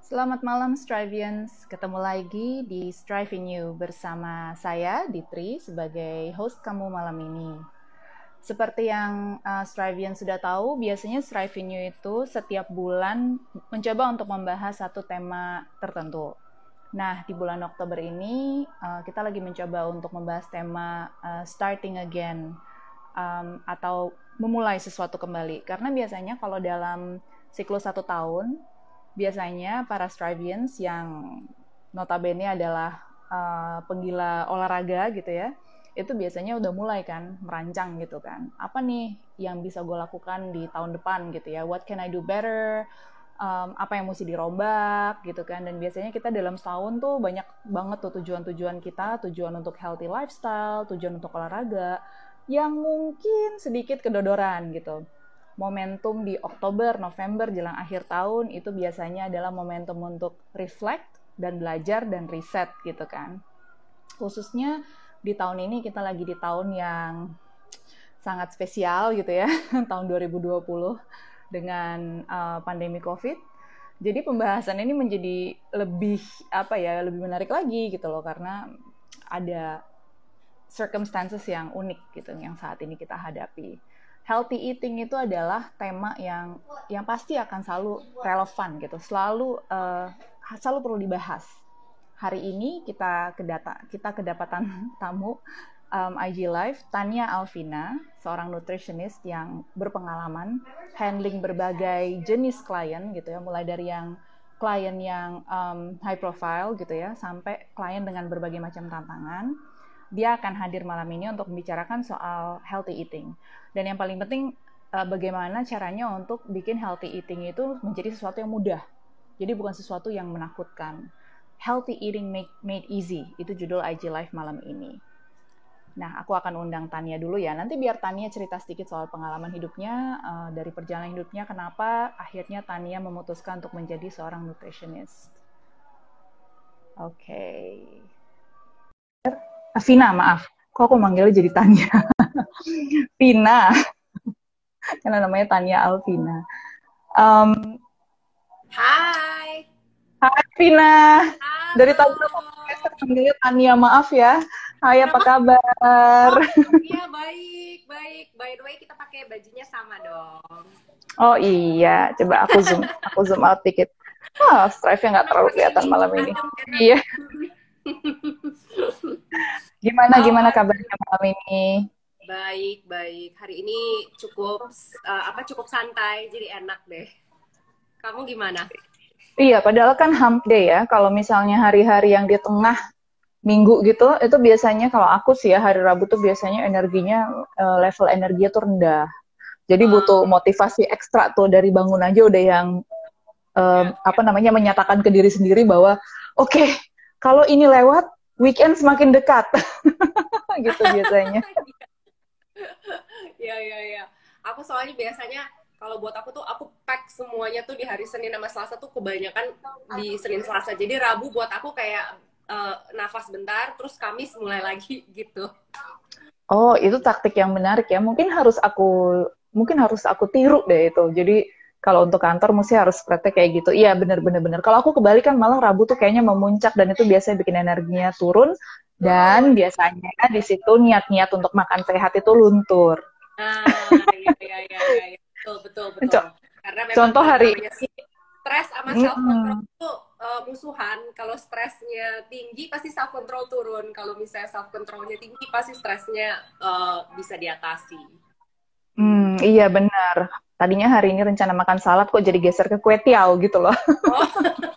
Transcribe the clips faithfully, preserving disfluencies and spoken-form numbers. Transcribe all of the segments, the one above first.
Selamat malam Strivians, ketemu lagi di Striving You bersama saya Ditri sebagai host kamu malam ini. Seperti yang uh, Strivians sudah tahu, biasanya Striving You itu setiap bulan mencoba untuk membahas satu tema tertentu. Nah, di bulan Oktober ini uh, kita lagi mencoba untuk membahas tema uh, Starting Again um, atau memulai sesuatu kembali. Karena biasanya kalau dalam siklus satu tahun, biasanya para Strivians yang notabene adalah uh, penggila olahraga gitu ya, itu biasanya udah mulai kan merancang gitu kan, apa nih yang bisa gue lakukan di tahun depan gitu ya, what can I do better, um, apa yang mesti dirombak gitu kan. Dan biasanya kita dalam setahun tuh banyak banget tuh tujuan-tujuan kita, tujuan untuk healthy lifestyle, tujuan untuk olahraga yang mungkin sedikit kedodoran gitu. Momentum di Oktober, November, jelang akhir tahun itu biasanya adalah momentum untuk reflect dan belajar dan riset gitu kan. Khususnya di tahun ini kita lagi di tahun yang sangat spesial gitu ya, tahun dua ribu dua puluh dengan uh, pandemi COVID. Jadi pembahasan ini menjadi lebih apa ya, lebih menarik lagi gitu loh, karena ada circumstances yang unik gitu yang saat ini kita hadapi. Healthy eating itu adalah tema yang yang pasti akan selalu relevan gitu, selalu uh, selalu perlu dibahas. Hari ini kita kedata kita kedapatan tamu um, I G Live, Tania Alvina, seorang nutritionist yang berpengalaman handling berbagai jenis klien gitu ya, mulai dari yang klien yang um, high profile gitu ya, sampai klien dengan berbagai macam tantangan. Dia akan hadir malam ini untuk membicarakan soal healthy eating. Dan yang paling penting, bagaimana caranya untuk bikin healthy eating itu menjadi sesuatu yang mudah. Jadi bukan sesuatu yang menakutkan. Healthy eating made, made easy, itu judul I G Live malam ini. Nah, aku akan undang Tania dulu ya. Nanti biar Tania cerita sedikit soal pengalaman hidupnya, uh, dari perjalanan hidupnya, kenapa akhirnya Tania memutuskan untuk menjadi seorang nutritionist. Oke. Okay. Vina, maaf. Kok aku manggilnya jadi Tania? Vina. Karena namanya Tania Alvina. Um, Hai. Hai Vina. Halo. Dari tadi aku manggilnya Tania, maaf ya. Hai, apa kabar? Oh, iya, baik, baik. By the way, kita pakai bajunya sama dong. Oh iya, coba aku zoom, aku zoom out dikit. Wah, strive-nya nggak terlalu kelihatan malam ini. Iya. Gimana, gimana kabarnya malam ini? Baik, baik. Hari ini cukup uh, apa cukup santai, jadi enak deh. Kamu gimana? Iya, padahal kan hump day ya. Kalau misalnya hari-hari yang di tengah minggu gitu, itu biasanya kalau aku sih ya, hari Rabu tuh biasanya energinya, uh, level energinya tuh rendah. Jadi butuh motivasi ekstra tuh, dari bangun aja udah yang um, apa namanya, menyatakan ke diri sendiri bahwa oke, okay, kalau ini lewat, weekend semakin dekat. Gitu biasanya. Iya, iya, iya. Aku soalnya biasanya kalau buat aku tuh aku pack semuanya tuh di hari Senin sama Selasa tuh kebanyakan di Senin Selasa. Jadi Rabu buat aku kayak uh, nafas bentar, terus Kamis mulai lagi gitu. Oh, itu taktik yang menarik ya. Mungkin harus aku mungkin harus aku tiru deh itu. Jadi kalau untuk kantor mesti harus praktek kayak gitu. Iya, bener-bener bener. Kalau aku kebalikan, malah Rabu tuh kayaknya memuncak dan itu biasanya bikin energinya turun. Dan biasanya di situ niat-niat untuk makan sehat itu luntur. Ah, iya, iya, iya, iya. Betul, betul, betul. Karena memang contoh hari stres sama self control itu uh, musuhan. Kalau stresnya tinggi pasti self control turun. Kalau misalnya self controlnya tinggi pasti stresnya uh, bisa diatasi. Hmm, iya benar. Tadinya hari ini rencana makan salad kok jadi geser ke kue tiaw gitu loh. Oh.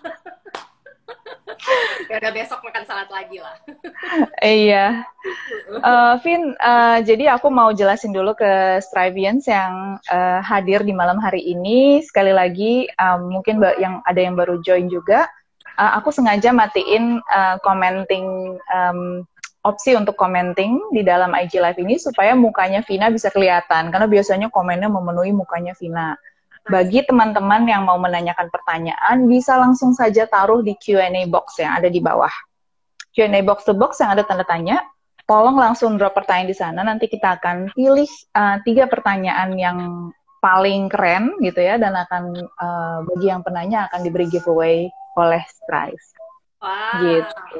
Ya udah besok makan salad lagi lah. Iya. Uh, Vin, uh, jadi aku mau jelasin dulu ke Strivians yang uh, hadir di malam hari ini. Sekali lagi, um, mungkin yang ada yang baru join juga. Uh, aku sengaja matiin uh, commenting, um, opsi untuk commenting di dalam I G Live ini supaya mukanya Vina bisa kelihatan. Karena biasanya komennya memenuhi mukanya Vina. Bagi teman-teman yang mau menanyakan pertanyaan, bisa langsung saja taruh di Q and A box yang ada di bawah. Q and A box to box yang ada tanda tanya, tolong langsung drop pertanyaan di sana. Nanti kita akan pilih uh, tiga pertanyaan yang paling keren gitu ya, dan akan uh, bagi yang penanya akan diberi giveaway oleh Strive. Wah. Gitu.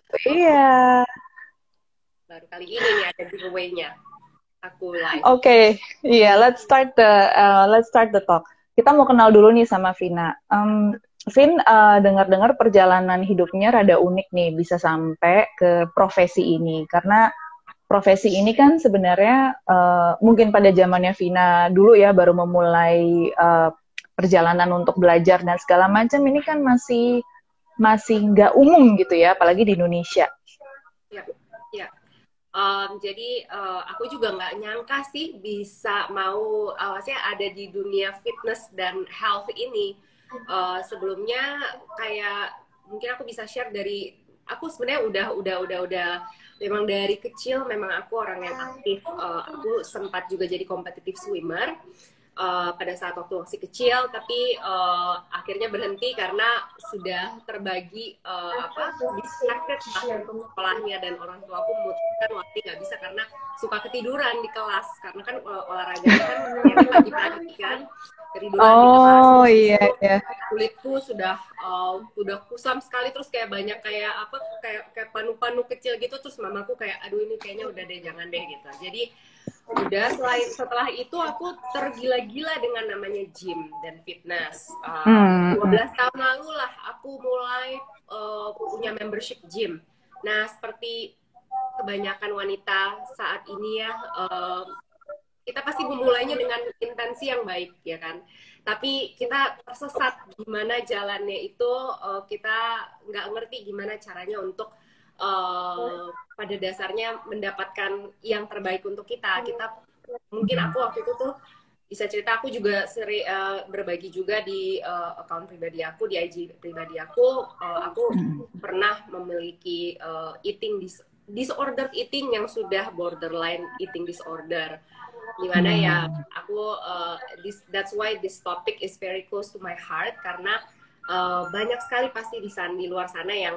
Iya. Baru kali ini nih ada giveaway-nya. Aku live. Oke, okay. Iya, yeah, let's start the uh, let's start the talk. Kita mau kenal dulu nih sama Vina. Um, Vin, uh, dengar-dengar perjalanan hidupnya rada unik nih, bisa sampai ke profesi ini. Karena profesi ini kan sebenarnya uh, mungkin pada zamannya Vina dulu ya, baru memulai uh, perjalanan untuk belajar dan segala macam, ini kan masih masih nggak umum gitu ya, apalagi di Indonesia. Ya, ya. Um, jadi uh, aku juga nggak nyangka sih bisa mau awalnya ada di dunia fitness dan health ini. Uh, sebelumnya kayak mungkin aku bisa share dari aku sebenarnya udah udah udah udah memang dari kecil memang aku orang yang aktif. Uh, aku sempat juga jadi competitive swimmer. Uh, pada saat waktu masih kecil, tapi uh, akhirnya berhenti karena sudah terbagi uh, apa distracted untuk sekolahnya, dan orang tua aku memutuskan waktu nggak bisa karena suka ketiduran di kelas, karena kan uh, olahraga kan pagi-pagi kan ketiduran oh, di kelas. Oh iya iya. Kulitku sudah uh, udah kusam sekali, terus kayak banyak kayak apa kayak kayak panu-panu kecil gitu, terus mamaku kayak aduh ini kayaknya udah deh jangan deh gitu. Jadi udah selain setelah itu aku tergila-gila dengan namanya gym dan fitness. Uh, hmm. dua belas tahun lalu lah aku mulai uh, punya membership gym. Nah, seperti kebanyakan wanita saat ini ya, uh, kita pasti memulainya dengan intensi yang baik ya kan. Tapi kita tersesat gimana jalannya itu, uh, kita nggak ngerti gimana caranya untuk Uh, pada dasarnya mendapatkan yang terbaik untuk kita. Kita mungkin aku waktu itu tuh bisa cerita, aku juga seri uh, berbagi juga di uh, account pribadi aku, di I G pribadi aku. Uh, aku pernah memiliki uh, eating dis disorder eating yang sudah borderline eating disorder. Dimana ya aku uh, this, that's why this topic is very close to my heart, karena uh, banyak sekali pasti di sana di luar sana yang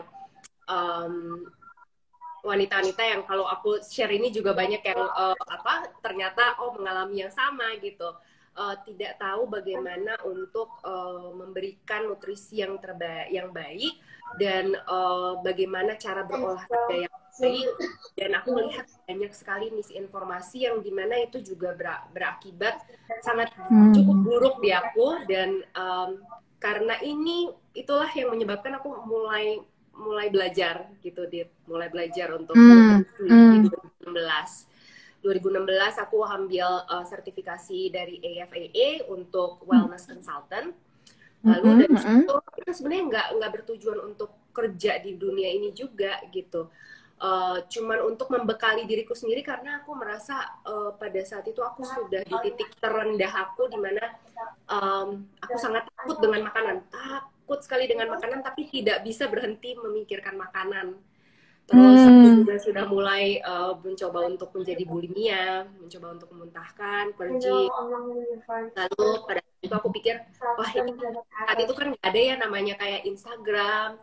Um, wanita-wanita yang kalau aku share ini juga banyak yang uh, apa ternyata oh mengalami yang sama gitu, uh, tidak tahu bagaimana untuk uh, memberikan nutrisi yang terbaik, yang baik, dan uh, bagaimana cara berolahraga yang baik. Dan aku melihat banyak sekali misinformasi yang dimana itu juga ber berakibat sangat cukup buruk di aku, dan um, karena ini itulah yang menyebabkan aku mulai mulai belajar gitu, Dit. Mulai belajar untuk mm, mm. di dua ribu enam belas. dua ribu enam belas aku ambil uh, sertifikasi dari A F A A untuk wellness consultant. Lalu mm-hmm. dari situ itu sebenarnya nggak nggak bertujuan untuk kerja di dunia ini juga gitu. Uh, cuman untuk membekali diriku sendiri, karena aku merasa uh, pada saat itu aku sudah di titik terendah aku, di mana um, aku sangat takut dengan makanan. Takut sekali dengan makanan, tapi tidak bisa berhenti memikirkan makanan. Terus hmm. aku juga sudah mulai uh, mencoba untuk menjadi bulimia, mencoba untuk memuntahkan, pergi. Lalu pada saat itu aku pikir, wah ini saat itu kan nggak ada ya namanya kayak Instagram,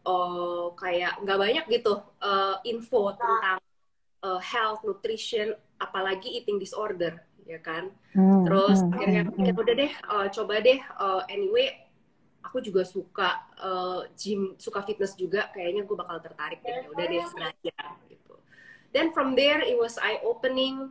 oh kayak nggak banyak gitu uh, info tentang uh, health, nutrition, apalagi eating disorder, ya kan. Hmm. Terus hmm. akhirnya aku pikir udah deh, uh, coba deh, uh, anyway. Aku juga suka uh, gym, suka fitness juga, kayaknya gue bakal tertarik deh, udah deh belajar gitu. Then from there it was eye opening,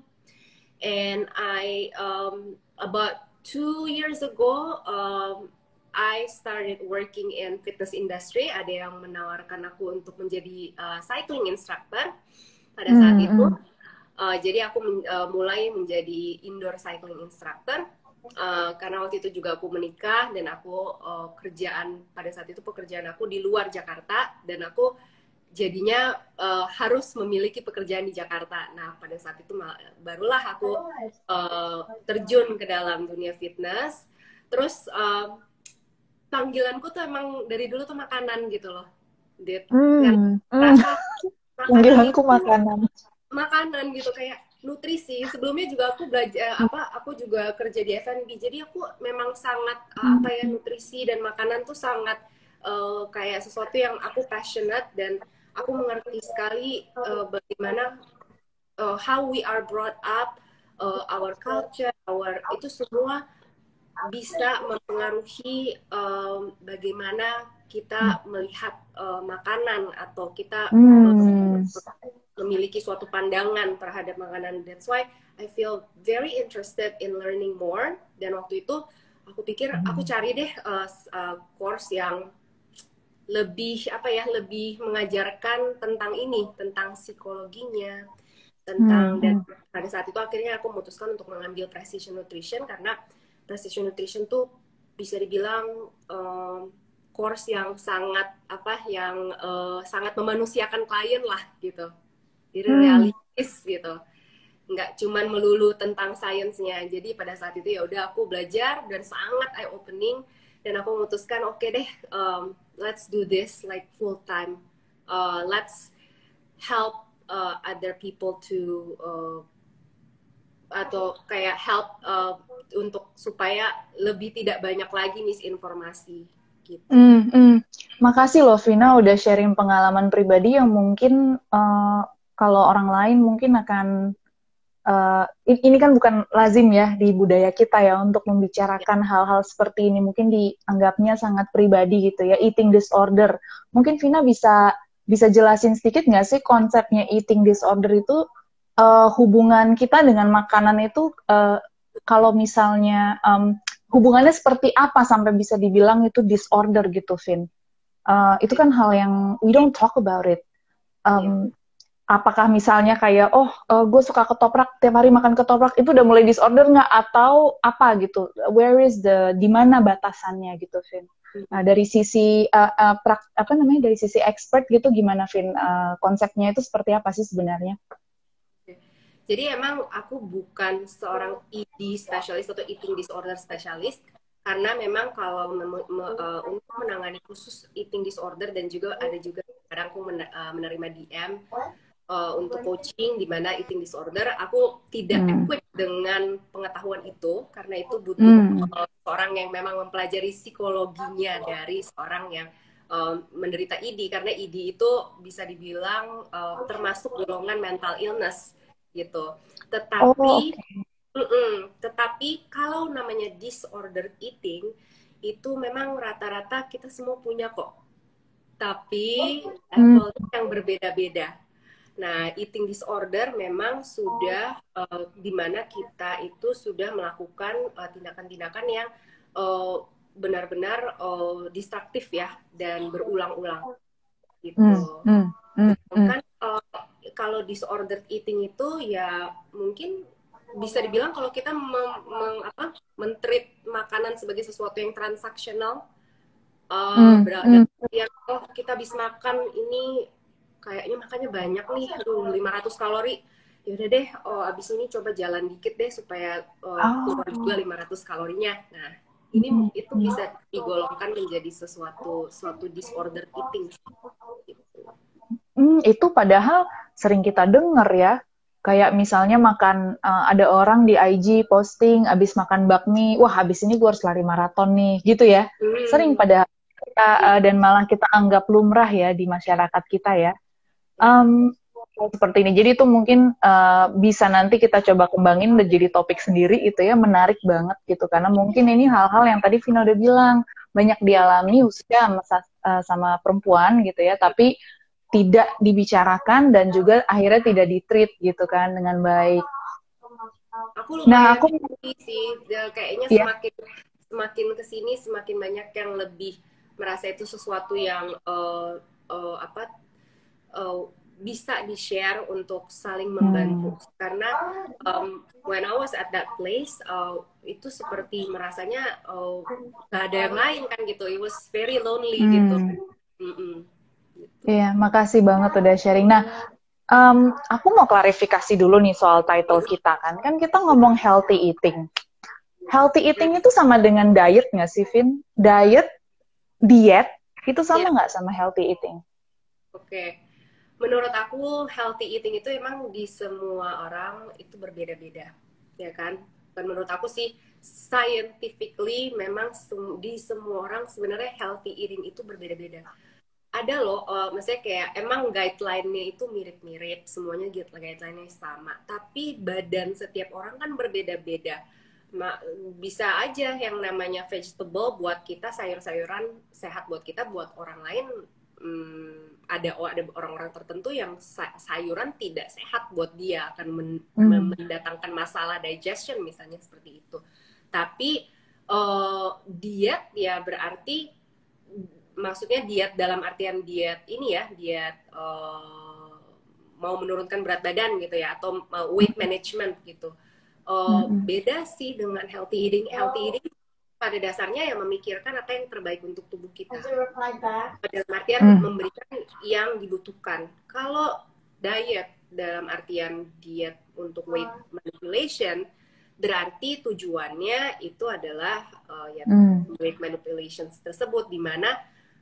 and I um, about two years ago um, I started working in fitness industry. Ada yang menawarkan aku untuk menjadi uh, cycling instructor pada saat mm-hmm. itu. Uh, jadi aku men uh, mulai menjadi indoor cycling instructor. Uh, karena waktu itu juga aku menikah, dan aku uh, kerjaan pada saat itu pekerjaan aku di luar Jakarta, dan aku jadinya uh, harus memiliki pekerjaan di Jakarta. Nah pada saat itu barulah aku uh, terjun ke dalam dunia fitness. Terus uh, panggilanku tuh emang dari dulu tuh makanan gitu loh, Dit. Hmm. Rasa makanan panggilanku makanan. Makanan gitu, kayak nutrisi. Sebelumnya juga aku belajar apa aku juga kerja di F and B, jadi aku memang sangat uh, apa ya nutrisi dan makanan tuh sangat uh, kayak sesuatu yang aku passionate, dan aku mengerti sekali uh, bagaimana uh, how we are brought up, uh, our culture, our itu semua bisa mempengaruhi um, bagaimana kita melihat uh, makanan atau kita Hmm. memiliki suatu pandangan terhadap makanan. That's why I feel very interested in learning more. Dan waktu itu aku pikir aku cari deh uh, uh, course yang lebih apa ya, lebih mengajarkan tentang ini, tentang psikologinya, tentang hmm. dan pada saat itu akhirnya aku memutuskan untuk mengambil precision nutrition karena precision nutrition tuh bisa dibilang um, course yang sangat apa, yang uh, sangat memanusiakan klien lah gitu, jadi hmm. realistis gitu, nggak cuman melulu tentang sainsnya. Jadi pada saat itu ya udah aku belajar dan sangat eye opening. Dan aku memutuskan, oke okay deh, um, let's do this like full time. Uh, let's help uh, other people to uh, atau kayak help uh, untuk supaya lebih tidak banyak lagi misinformasi. Gitu. Mm, mm. Makasih loh Vina udah sharing pengalaman pribadi yang mungkin uh, kalau orang lain mungkin akan Uh, ini kan bukan lazim ya di budaya kita ya untuk membicarakan hal-hal seperti ini, mungkin dianggapnya sangat pribadi gitu ya, eating disorder. Mungkin Vina bisa bisa jelasin sedikit nggak sih konsepnya eating disorder itu, uh, hubungan kita dengan makanan itu uh, kalau misalnya um, hubungannya seperti apa sampai bisa dibilang itu disorder gitu, Vin? Uh, itu kan hal yang we don't talk about it. Um, Apakah misalnya kayak, oh uh, gue suka ketoprak, tiap hari makan ketoprak, itu udah mulai disorder nggak? Atau apa gitu? Where is the, di mana batasannya gitu, Vin? Nah, dari sisi, uh, uh, prak, apa namanya, dari sisi expert gitu, gimana, Vin? Uh, konsepnya itu seperti apa sih sebenarnya? Jadi emang aku bukan seorang E D specialist atau eating disorder specialist, karena memang kalau me me uh, untuk menangani khusus eating disorder dan juga ada juga kadang aku men uh, menerima D M, Uh, untuk coaching di mana eating disorder, aku tidak hmm. equip dengan pengetahuan itu karena itu butuh hmm. uh, seorang yang memang mempelajari psikologinya dari seorang yang uh, menderita E D, karena E D itu bisa dibilang uh, termasuk golongan mental illness gitu. Tetapi, oh, okay. mm -mm, tetapi kalau namanya disorder eating itu memang rata-rata kita semua punya kok, tapi levelnya hmm. yang berbeda-beda. Nah, eating disorder memang sudah uh, di mana kita itu sudah melakukan tindakan-tindakan uh, yang benar-benar uh, uh, destruktif ya dan berulang-ulang gitu. Mm, mm, mm, kan uh, kalau disorder eating itu ya mungkin bisa dibilang kalau kita mem, mem, apa, men-treat makanan sebagai sesuatu yang transaksional, uh, mm, mm. yang oh kita habis makan ini kayaknya makannya banyak nih, aduh lima ratus kalori. Yaudah deh, oh abis ini coba jalan dikit deh supaya oh, keluar juga lima ratus kalorinya. Nah, ini hmm. itu bisa digolongkan menjadi sesuatu suatu disorder eating. Gitu. Hmm, itu padahal sering kita dengar ya. Kayak misalnya makan, uh, ada orang di I G posting abis makan bakmi, wah abis ini gue harus lari maraton nih, gitu ya. Hmm. Sering padahal kita, uh, dan malah kita anggap lumrah ya di masyarakat kita ya. Um, seperti ini. Jadi itu mungkin uh, bisa nanti kita coba kembangin menjadi topik sendiri itu ya, menarik banget gitu. Karena mungkin ini hal-hal yang tadi Vina udah bilang, banyak dialami khususnya sama, uh, sama perempuan gitu ya, tapi tidak dibicarakan dan juga akhirnya tidak ditreat gitu kan dengan baik. Aku lumayan nah, aku sih, kayaknya yeah. semakin semakin kesini semakin banyak yang lebih merasa itu sesuatu yang uh, uh, apa Uh, bisa di-share untuk saling membantu. Hmm. Karena um, when I was at that place, uh, itu seperti merasanya uh, gak ada yang lain kan gitu. It was very lonely hmm. gitu. Mm -mm. Iya, makasih banget udah sharing. Nah, um, aku mau klarifikasi dulu nih soal title kita kan. Kan kita ngomong healthy eating. Healthy eating itu sama dengan diet nggak sih, Vin? Diet, diet, itu sama nggak yeah. sama healthy eating? Oke. Okay. Menurut aku healthy eating itu emang di semua orang itu berbeda-beda, ya kan? Dan menurut aku sih scientifically memang di semua orang sebenarnya healthy eating itu berbeda-beda. Ada loh, uh, maksudnya kayak emang guideline-nya itu mirip-mirip, semuanya guideline-nya sama. Tapi badan setiap orang kan berbeda-beda. Ma- bisa aja yang namanya vegetable buat kita, sayur-sayuran sehat buat kita, buat orang lain hmm, ada ada orang-orang tertentu yang sa- sayuran tidak sehat buat dia, akan men- Hmm. mendatangkan masalah digestion misalnya seperti itu. Tapi eh, diet ya berarti, maksudnya diet dalam artian diet ini ya, diet eh, mau menurunkan berat badan gitu ya, atau uh, weight management gitu. Uh, Hmm. beda sih dengan healthy eating. Healthy eating pada dasarnya yang memikirkan apa yang terbaik untuk tubuh kita. Dalam artian Hmm. memberikan yang dibutuhkan. Kalau diet dalam artian diet untuk weight manipulation, berarti tujuannya itu adalah uh, ya Hmm. weight manipulation tersebut, di mana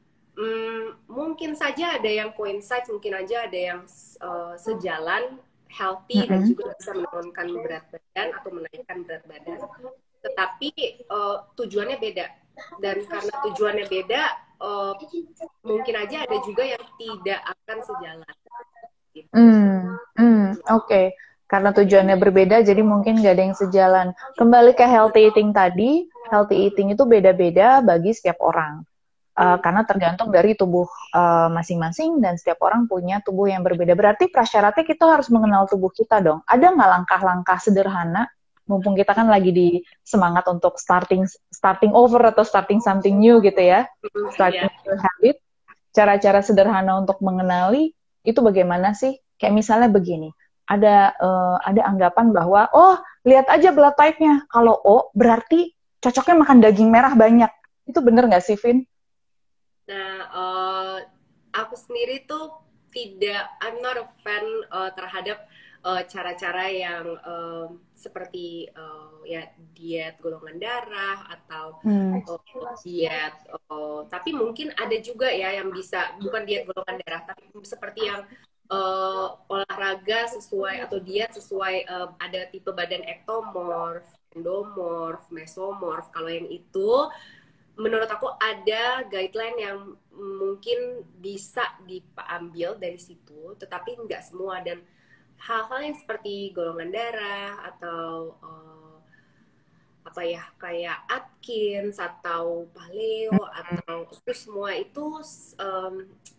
Hmm, mungkin saja ada yang coincide, mungkin aja ada yang uh, sejalan, healthy dan Hmm. juga bisa menurunkan berat badan atau menaikkan berat badan. Tetapi uh, tujuannya beda. Dan karena tujuannya beda, uh, mungkin aja ada juga yang tidak akan sejalan. Gitu. Hmm. Hmm. Oke. Okay. Karena tujuannya berbeda, jadi mungkin nggak ada yang sejalan. Kembali ke healthy eating tadi, healthy eating itu beda-beda bagi setiap orang. Uh, karena tergantung dari tubuh uh, masing-masing dan setiap orang punya tubuh yang berbeda. Berarti prasyaratnya kita harus mengenal tubuh kita dong. Ada nggak langkah-langkah sederhana, mumpung kita kan lagi di semangat untuk starting starting over atau starting something new gitu ya, starting Yeah. new habit, cara-cara sederhana untuk mengenali itu bagaimana sih? Kayak misalnya begini, ada uh, ada anggapan bahwa, oh lihat aja blood type-nya, kalau O berarti cocoknya makan daging merah banyak. Itu bener nggak sih, Vin? Nah, uh, aku sendiri tuh tidak, I'm not a fan uh, terhadap uh, cara-cara yang uh, seperti uh, ya diet golongan darah atau Hmm. uh, diet, uh, tapi mungkin ada juga ya yang bisa, bukan diet golongan darah, tapi seperti yang uh, olahraga sesuai atau diet sesuai, uh, ada tipe badan ektomorf, endomorf, mesomorf. Kalau yang itu menurut aku ada guideline yang mungkin bisa diambil dari situ, tetapi nggak semua. Dan hal-hal yang seperti golongan darah atau uh, apa ya, kayak Atkins atau Paleo atau itu semua itu um,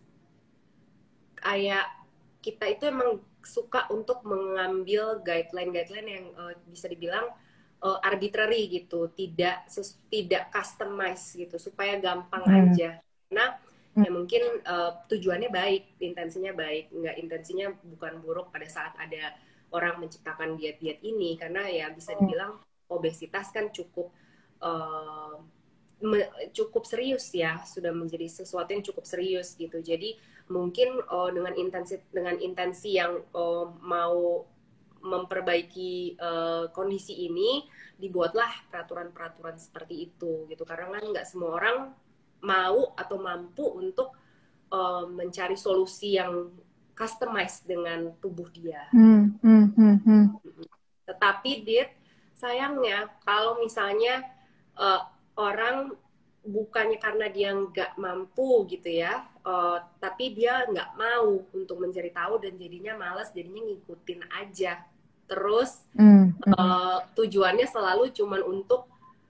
kayak kita itu emang suka untuk mengambil guideline-guideline yang uh, bisa dibilang uh, arbitrary gitu, tidak tidak customize gitu, supaya gampang Hmm. aja. Nah, ya mungkin uh, tujuannya baik, intensinya baik, nggak, intensinya bukan buruk pada saat ada orang menciptakan diet-diet ini, karena ya bisa dibilang obesitas kan cukup uh, cukup serius ya, sudah menjadi sesuatu yang cukup serius gitu. Jadi mungkin uh, dengan intensi dengan intensi yang uh, mau memperbaiki uh, kondisi ini, dibuatlah peraturan-peraturan seperti itu gitu, karena kan nggak semua orang mau atau mampu untuk uh, mencari solusi yang customize dengan tubuh dia. Hmm. Hmm. Hmm. Hmm. Tetapi Dit, sayangnya kalau misalnya uh, orang bukannya karena dia nggak mampu gitu ya, uh, tapi dia nggak mau untuk mencari tahu dan jadinya malas, jadinya ngikutin aja. Terus Hmm. uh, tujuannya selalu cuman untuk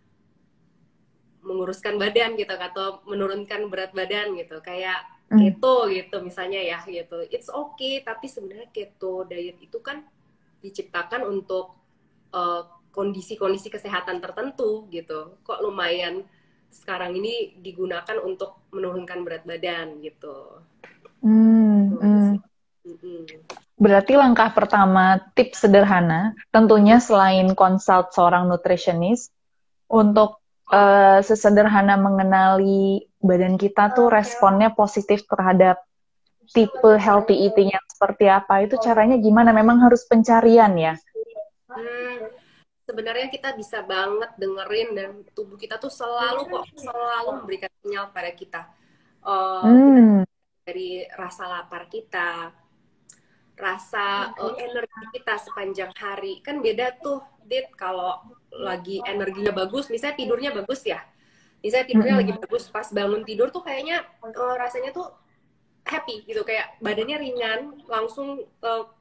menguruskan badan gitu, atau menurunkan berat badan gitu, kayak keto gitu misalnya ya gitu. It's okay, tapi sebenarnya keto diet itu kan diciptakan untuk uh, kondisi-kondisi kesehatan tertentu gitu. Kok lumayan sekarang ini digunakan untuk menurunkan berat badan gitu. Hmm. Hmm. Berarti langkah pertama, tips sederhana, tentunya selain consult seorang nutritionist, untuk uh, sesederhana mengenali badan kita tuh responnya positif terhadap tipe healthy eating yang seperti apa, itu caranya gimana? Memang harus pencarian ya? Hmm, sebenarnya kita bisa banget dengerin, dan tubuh kita tuh selalu kok selalu memberikan sinyal pada kita. Uh, hmm. kita dari rasa lapar kita, rasa uh, energi kita sepanjang hari. Kan beda tuh, Dit, kalau lagi energinya bagus, misalnya tidurnya bagus ya, misalnya tidurnya Mm-mm. lagi bagus, pas bangun tidur tuh kayaknya uh, rasanya tuh happy gitu, kayak badannya ringan, langsung uh,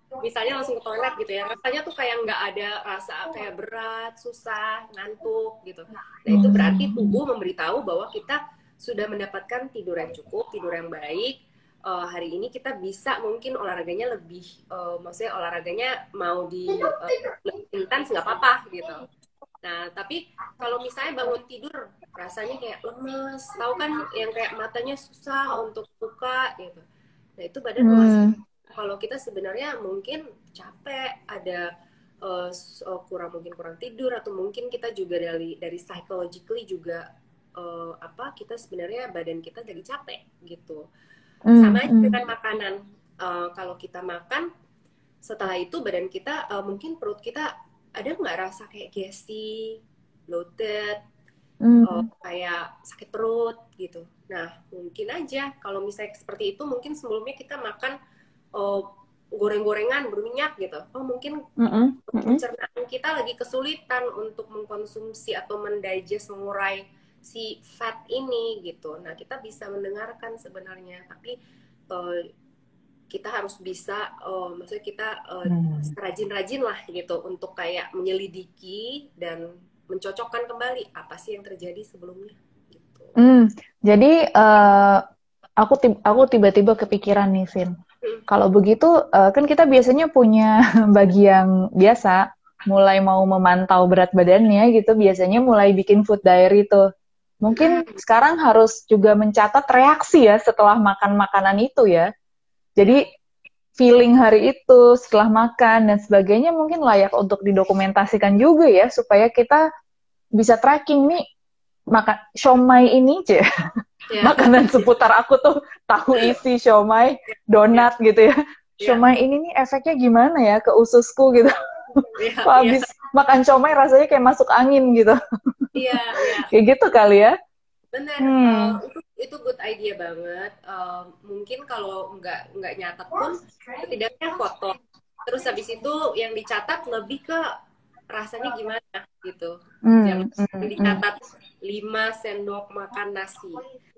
misalnya langsung ke toilet gitu ya, rasanya tuh kayak nggak ada rasa kayak berat, susah, ngantuk gitu. Nah itu berarti tubuh memberitahu bahwa kita sudah mendapatkan tidur yang cukup, tidur yang baik. Uh, hari ini kita bisa mungkin olahraganya lebih, uh, maksudnya olahraganya mau di uh, lebih intens nggak apa-apa gitu. Nah tapi kalau misalnya bangun tidur rasanya kayak lemes, tahu kan yang kayak matanya susah untuk buka gitu. Nah itu badan memastikan Hmm. kalau kita sebenarnya mungkin capek, ada uh, kurang mungkin kurang tidur atau mungkin kita juga dari dari psychologically juga uh, apa kita sebenarnya badan kita jadi capek gitu. Hmm. Sama aja Hmm. dengan makanan. Uh, kalau kita makan, setelah itu badan kita uh, mungkin perut kita ada nggak rasa kayak gassy, bloated, uh, Hmm. kayak sakit perut gitu. Nah mungkin aja kalau misalnya seperti itu mungkin sebelumnya kita makan uh, goreng-gorengan berminyak gitu. Oh mungkin Hmm. Hmm. pencernaan kita lagi kesulitan untuk mengkonsumsi atau mendigest, mengurai si fat ini gitu. Nah kita bisa mendengarkan sebenarnya, tapi uh, kita harus bisa, uh, maksudnya kita uh, Hmm. rajin-rajin lah gitu untuk kayak menyelidiki dan mencocokkan kembali apa sih yang terjadi sebelumnya gitu. Hmm. Jadi eh, aku tib- aku tiba-tiba kepikiran nih, Vin. Hmm. Kalau begitu eh, kan kita biasanya punya bagi yang biasa mulai mau memantau berat badannya gitu, biasanya mulai bikin food diary tuh. Mungkin Hmm. sekarang harus juga mencatat reaksi ya setelah makan makanan itu ya. Ya. Jadi feeling hari itu setelah makan dan sebagainya mungkin layak untuk didokumentasikan juga ya supaya kita bisa tracking nih makan siomay ini aja. Ya. Makanan seputar aku tuh tahu isi siomay, Ya. donat gitu ya. Ya. Siomay ini nih efeknya gimana ya ke ususku gitu. Ya. Kok Ya. habis makan siomay rasanya kayak masuk angin gitu. Iya. Ya. Kayak gitu kali ya. Bener, uh, Hmm. itu itu good idea banget. Uh, mungkin kalau nggak nggak nyatat pun setidaknya foto. Terus habis itu yang dicatat lebih ke rasanya gimana gitu. Jangan Hmm. Hmm. Hmm. dicatat lima sendok makan nasi,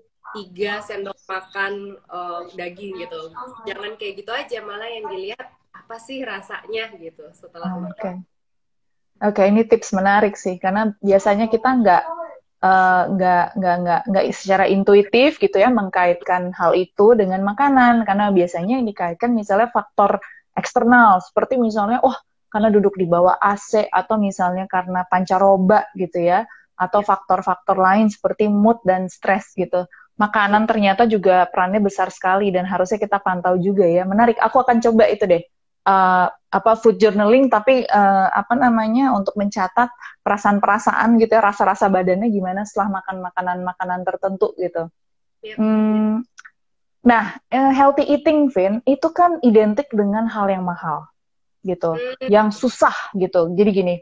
tiga sendok makan uh, daging gitu. Jangan kayak gitu aja, malah yang dilihat apa sih rasanya gitu setelah Oke. makan. Okay. Oke, okay, ini tips menarik sih, karena biasanya kita nggak uh, nggak nggak nggak nggak secara intuitif gitu ya mengkaitkan hal itu dengan makanan, karena biasanya yang dikaitkan misalnya faktor eksternal, seperti misalnya, oh karena duduk di bawah A C atau misalnya karena pancaroba gitu ya, atau Ya. faktor-faktor lain seperti mood dan stres gitu. Makanan ternyata juga perannya besar sekali dan harusnya kita pantau juga ya. Menarik, aku akan coba itu deh. Uh, apa food journaling tapi uh, apa namanya untuk mencatat perasaan-perasaan gitu ya, rasa-rasa badannya gimana setelah makan makanan-makanan tertentu gitu. Ya. Ya. Hmm, nah, uh, healthy eating, Vin, itu kan identik dengan hal yang mahal gitu, Hmm. yang susah gitu. Jadi gini,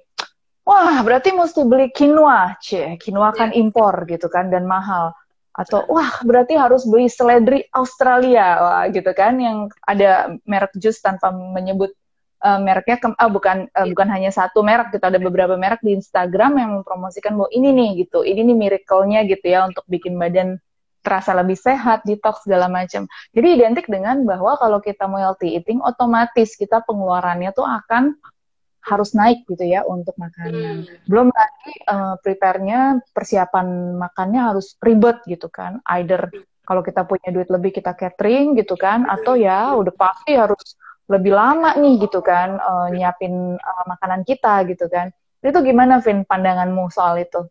wah berarti mesti beli quinoa, cie, quinoa kan Ya. impor gitu kan dan mahal. Atau wah berarti harus beli seledri Australia, wah gitu kan, yang ada merek jus tanpa menyebut uh, mereknya, ke, ah, bukan uh, Ya. bukan hanya satu merek, kita ada beberapa merek di Instagram yang mempromosikan bahwa ini nih gitu, ini nih miracle-nya gitu ya untuk bikin badan terasa lebih sehat, detox segala macam. Jadi identik dengan bahwa kalau kita mau healthy eating, otomatis kita pengeluarannya tuh akan harus naik gitu ya untuk makanan. Hmm. Belum lagi uh, prepare-nya, persiapan makannya harus ribet gitu kan. Either kalau kita punya duit lebih kita catering gitu kan, atau ya udah pasti harus lebih lama nih gitu kan uh, nyiapin uh, makanan kita gitu kan. Itu gimana, Vin, pandanganmu soal itu?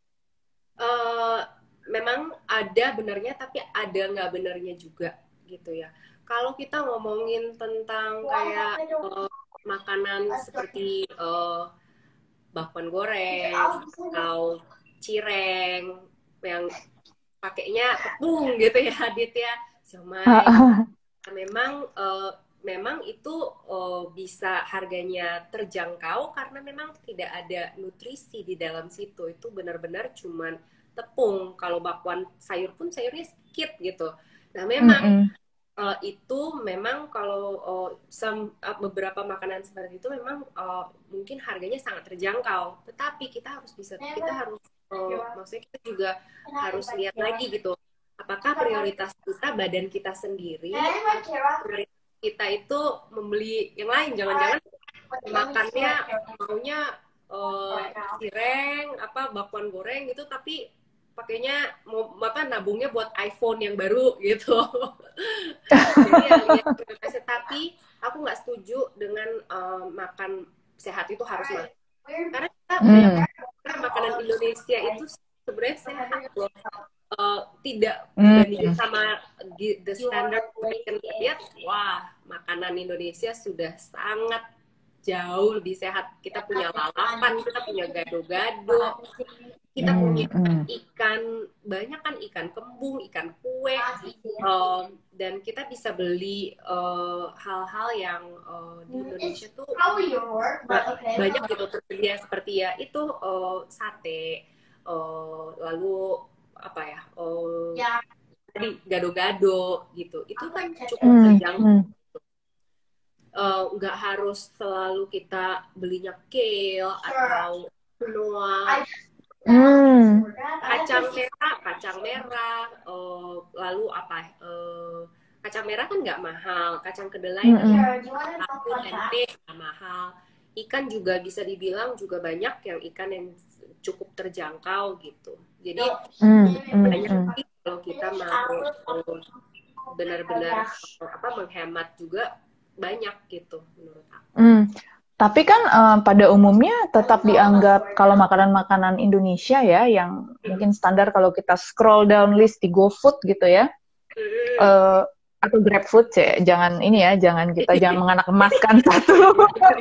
Uh, memang ada benernya tapi ada nggak benernya juga gitu ya. Kalau kita ngomongin tentang kayak uh, makanan seperti uh, bakwan goreng atau cireng yang pakainya tepung gitu ya, Adit ya, siomay gitu. Nah, memang uh, memang itu uh, bisa harganya terjangkau karena memang tidak ada nutrisi di dalam situ. Itu benar-benar cuman tepung. Kalau bakwan sayur pun sayurnya sedikit gitu. Nah, memang Mm-mm. uh, itu memang kalau uh, sem- uh, beberapa makanan seperti itu memang uh, mungkin harganya sangat terjangkau. Tetapi kita harus bisa kita harus uh, maksudnya kita juga harus lihat lagi gitu. Apakah prioritas kita badan kita sendiri atau prioritas kita itu membeli yang lain, jangan-jangan makannya maunya uh, cireng, apa bakwan goreng gitu, tapi pakainya mau apa nabungnya buat iPhone yang baru gitu. Jadi ya lihat prioritasnya. Tapi aku nggak setuju dengan uh, makan sehat itu harus mahal. Karena kita banyak hmm. makanan Indonesia itu sebenarnya sehat loh. Uh, tidak dibandingin hmm. sama the, the standard American diet, wah makanan Indonesia sudah sangat jauh lebih sehat. Kita punya lalapan, kita punya gado-gado, kita hmm. punya ikan, banyak kan ikan kembung, ikan kue, uh, dan kita bisa beli uh, hal-hal yang uh, di Indonesia tuh banyak gitu tersedia, seperti ya itu uh, sate, uh, lalu apa ya, oh ya. Tadi gado-gado gitu, itu kan cukup terjangkau. Nggak uh, harus selalu kita belinya kale atau quinoa, hmm. kacang merah, kacang merah, uh, lalu apa? Uh, kacang merah kan nggak mahal, kacang kedelai kan nggak mahal. Ikan juga bisa dibilang juga banyak yang ikan yang cukup terjangkau gitu. Jadi mm, banyak mm, sih kalau kita mau benar-benar apa menghemat juga banyak gitu menurut aku. Mm. Tapi kan uh, pada umumnya tetap dianggap kalau makanan-makanan Indonesia ya yang mm. mungkin standar kalau kita scroll down list di GoFood gitu ya. Mm. Uh, atau GrabFood ya, jangan ini ya, jangan kita jangan menganak emaskan satu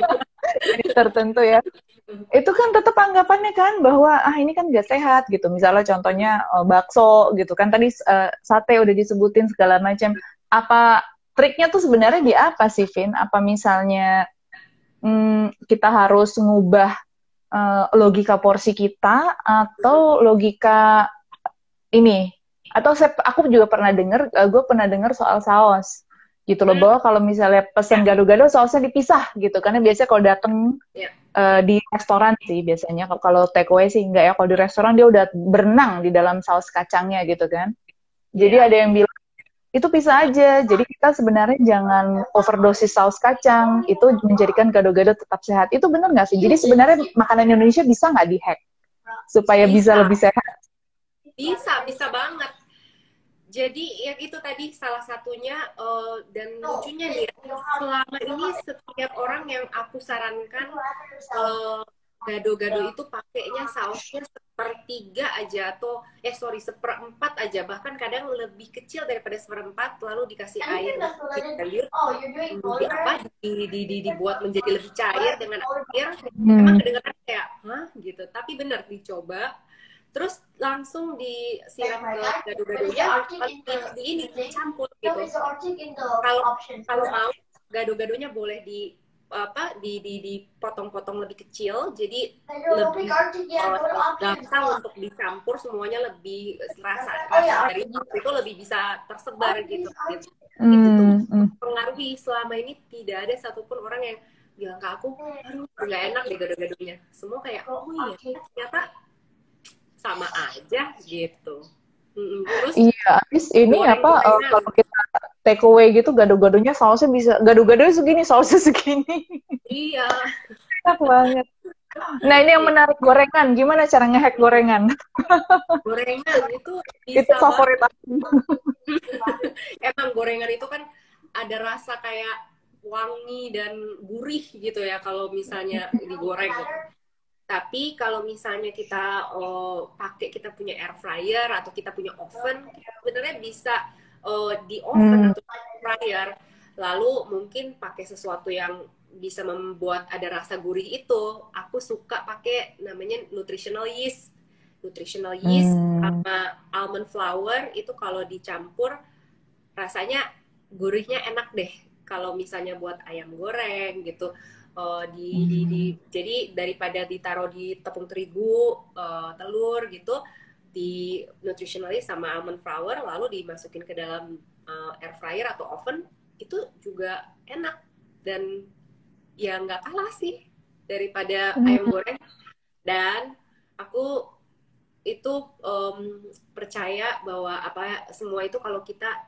tertentu ya. Itu kan tetap anggapannya kan bahwa ah ini kan gak sehat gitu. Misalnya contohnya uh, bakso gitu kan tadi uh, sate udah disebutin segala macam. Apa triknya tuh sebenarnya di apa sih, Vin? Apa misalnya hmm, kita harus ngubah uh, logika porsi kita atau logika ini? Atau saya, aku juga pernah dengar, uh, gue pernah dengar soal saus gitu loh, bahwa kalau misalnya pesen gado-gado sausnya dipisah gitu, karena biasanya kalau dateng yeah. uh, di restoran sih biasanya, kalau take away sih enggak ya, kalau di restoran dia udah berenang di dalam saus kacangnya gitu kan. Jadi yeah. ada yang bilang itu pisah aja, jadi kita sebenarnya jangan overdosis saus kacang, itu menjadikan gado-gado tetap sehat. Itu benar nggak sih? Jadi sebenarnya makanan Indonesia bisa nggak dihack supaya bisa. bisa lebih sehat? Bisa, bisa banget. Jadi yang itu tadi salah satunya uh, dan lucunya nih selama ini setiap orang yang aku sarankan uh, gado-gado itu pakainya sausnya sepertiga aja atau eh sorry seperempat aja, bahkan kadang lebih kecil daripada seperempat, lalu dikasih air dicair di apa di, di, di, dibuat menjadi lebih cair dengan air. hmm. Emang kedengaran kayak hah gitu, tapi benar dicoba terus langsung disiram ke gado-gadonya, di, di ini dicampur gitu. Kalau kalau mau gado-gadonya boleh di apa di di dipotong-potong lebih kecil, jadi lebih uh, gampang untuk dicampur semuanya, lebih rasa rasa dari itu lebih bisa tersebar gitu. gitu. Mm, itu tuh mempengaruhi. Selama ini tidak ada satupun orang yang bilang ke aku, aduh nggak enak deh gado-gadonya. Semua kayak oh iya ternyata sama aja gitu. Mm-mm. Terus iya, habis ini apa uh, kalau kita take away gitu gado-gadonya sausnya bisa gado-gadonya segini, sausnya segini. Iya. Enak banget. Nah, ini yang menarik, gorengan. Gimana cara ngehack gorengan? Gorengan itu bisa itu favorit aku. Emang gorengan itu kan ada rasa kayak wangi dan gurih gitu ya kalau misalnya digoreng gitu. Tapi kalau misalnya kita oh, pakai kita punya air fryer atau kita punya oven, sebenarnya bisa oh, di oven hmm. atau air fryer. Lalu mungkin pakai sesuatu yang bisa membuat ada rasa gurih itu. Aku suka pakai namanya nutritional yeast. Nutritional yeast hmm. sama almond flour itu kalau dicampur rasanya gurihnya enak deh. Kalau misalnya buat ayam goreng gitu. Uh, di, di, di jadi daripada ditaruh di tepung terigu, uh, telur gitu, di nutritionalist sama almond flour lalu dimasukin ke dalam uh, air fryer atau oven, itu juga enak dan ya nggak kalah sih daripada mm. ayam goreng. Dan aku itu um, percaya bahwa apa semua itu kalau kita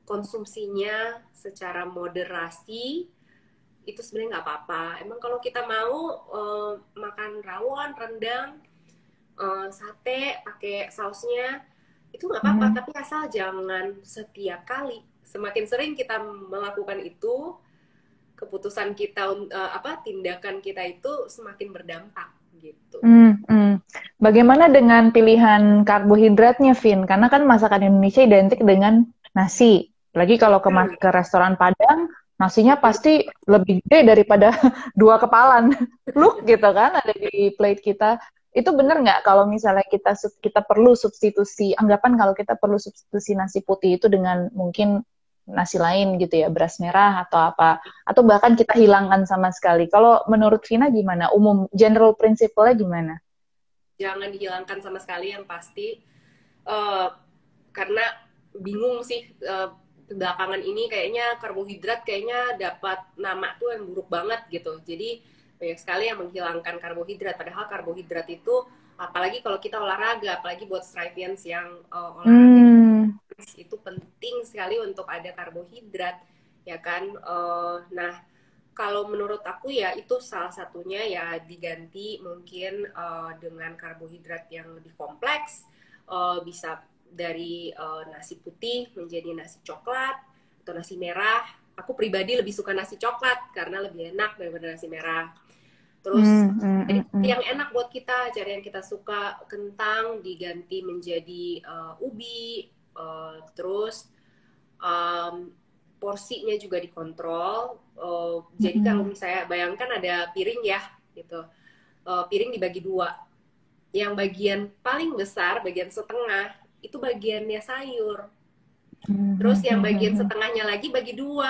konsumsinya secara moderasi itu sebenarnya nggak apa-apa. Emang kalau kita mau uh, makan rawon, rendang, uh, sate pakai sausnya itu nggak apa-apa, Hmm. tapi asal jangan setiap kali. Semakin sering kita melakukan itu, keputusan kita uh, apa tindakan kita itu semakin berdampak gitu. Hmm, hmm. Bagaimana dengan pilihan karbohidratnya, Vin? Karena kan masakan Indonesia identik dengan nasi. Lagi kalau ke, Hmm. ke restoran Padang, nasinya pasti lebih gede daripada dua kepalan. Look gitu kan, ada di plate kita. Itu bener nggak kalau misalnya kita kita perlu substitusi, anggapan kalau kita perlu substitusi nasi putih itu dengan mungkin nasi lain gitu ya, beras merah atau apa, atau bahkan kita hilangkan sama sekali. Kalau menurut Vina gimana? Umum, general principle-nya gimana? Jangan dihilangkan sama sekali yang pasti, uh, karena bingung sih uh, belakangan ini kayaknya karbohidrat kayaknya dapat nama tuh yang buruk banget gitu. Jadi banyak sekali yang menghilangkan karbohidrat, padahal karbohidrat itu apalagi kalau kita olahraga, apalagi buat Strivians yang uh, olahraga hmm. itu penting sekali untuk ada karbohidrat, ya kan. Uh, nah kalau menurut aku ya itu salah satunya ya diganti mungkin uh, dengan karbohidrat yang lebih kompleks, uh, bisa dari uh, nasi putih menjadi nasi coklat atau nasi merah. Aku pribadi lebih suka nasi coklat karena lebih enak daripada nasi merah. Terus mm, mm, jadi mm, yang enak buat kita, cari yang kita suka. Kentang diganti menjadi uh, ubi, uh, terus um, porsinya juga dikontrol. Uh, mm, jadi kalau misalnya bayangkan ada piring ya, gitu, uh, piring dibagi dua. Yang bagian paling besar, bagian setengah itu bagiannya sayur. Terus yang bagian setengahnya lagi bagi dua.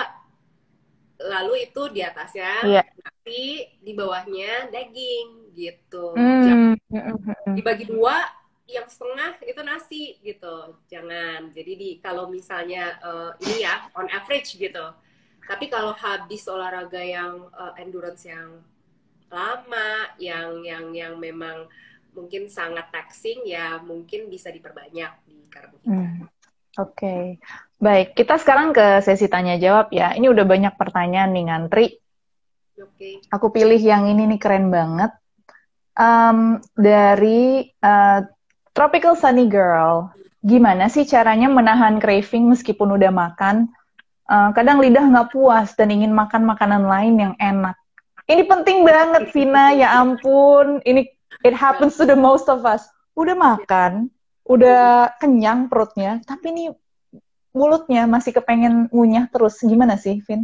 Lalu itu di atasnya yeah. nasi, di bawahnya daging gitu. Mm. Jangan dibagi dua, yang setengah itu nasi gitu. Jangan. Jadi di kalau misalnya uh, ini ya on average gitu. Tapi kalau habis olahraga yang uh, endurance yang lama, yang yang yang memang mungkin sangat taxing, ya mungkin bisa diperbanyak di karbohidrat. Hmm. Oke, okay. Baik. Kita sekarang ke sesi tanya jawab ya. Ini udah banyak pertanyaan nih ngantri. Oke. Okay. Aku pilih yang ini nih, keren banget. Um, dari uh, Tropical Sunny Girl. Gimana sih caranya menahan craving meskipun udah makan? Uh, kadang lidah nggak puas dan ingin makan makanan lain yang enak. Ini penting banget, Vina. Ya ampun, ini it happens to the most of us. Udah makan, udah kenyang perutnya, tapi nih mulutnya masih kepengen ngunyah terus. Gimana sih, Vin?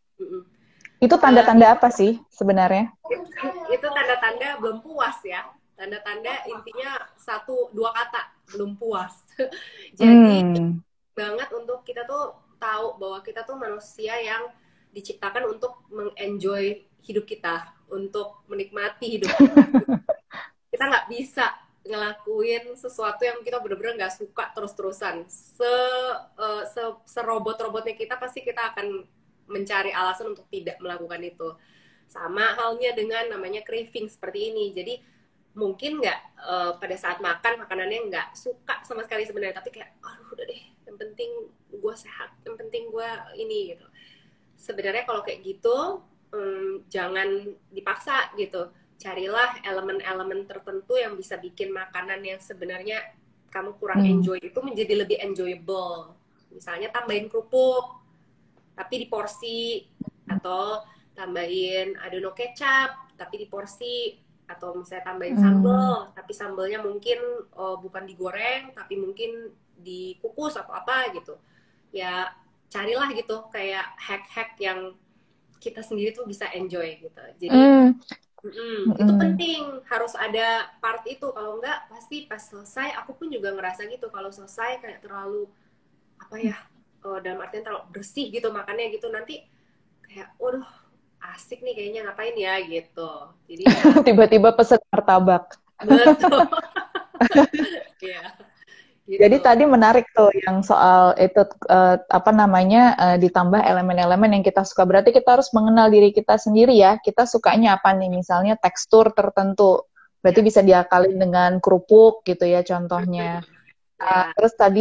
Itu tanda-tanda uh, apa sih sebenarnya? Itu tanda-tanda belum puas ya. Tanda-tanda intinya satu dua kata, belum puas. Jadi hmm. banget untuk kita tuh tahu bahwa kita tuh manusia yang diciptakan untuk mengenjoy hidup kita, untuk menikmati hidup kita. Kita nggak bisa ngelakuin sesuatu yang kita bener-bener nggak suka terus-terusan. Se, uh, se serobot-robotnya kita pasti kita akan mencari alasan untuk tidak melakukan itu. Sama halnya dengan namanya craving seperti ini. Jadi mungkin nggak uh, pada saat makan makanannya nggak suka sama sekali sebenarnya, tapi kayak aduh udah deh, yang penting gue sehat, yang penting gue ini gitu. Sebenarnya kalau kayak gitu um, jangan dipaksa gitu. Carilah elemen-elemen tertentu yang bisa bikin makanan yang sebenarnya kamu kurang hmm. enjoy itu menjadi lebih enjoyable. Misalnya tambahin kerupuk tapi di porsi, atau tambahin adono kecap tapi di porsi, atau misalnya tambahin sambal hmm. tapi sambalnya mungkin oh, bukan digoreng tapi mungkin dikukus atau apa gitu. Ya carilah gitu kayak hack-hack yang kita sendiri tuh bisa enjoy gitu. Jadi hmm. Mm-mm. Mm-mm. Itu penting, harus ada part itu. Kalau enggak, pasti pas selesai, aku pun juga ngerasa gitu. Kalau selesai kayak terlalu, apa ya, oh, dalam artian terlalu bersih gitu, makannya gitu. Nanti kayak, waduh, asik nih kayaknya ngapain ya, gitu. Jadi ya, tiba-tiba pesen martabak. Betul. Iya. Gitu. Jadi tadi menarik tuh yang soal itu uh, apa namanya uh, ditambah elemen-elemen yang kita suka. Berarti kita harus mengenal diri kita sendiri ya. Kita sukanya apa nih? Misalnya tekstur tertentu. Berarti ya. Bisa diakalin dengan kerupuk gitu ya contohnya. Ya. Uh, terus tadi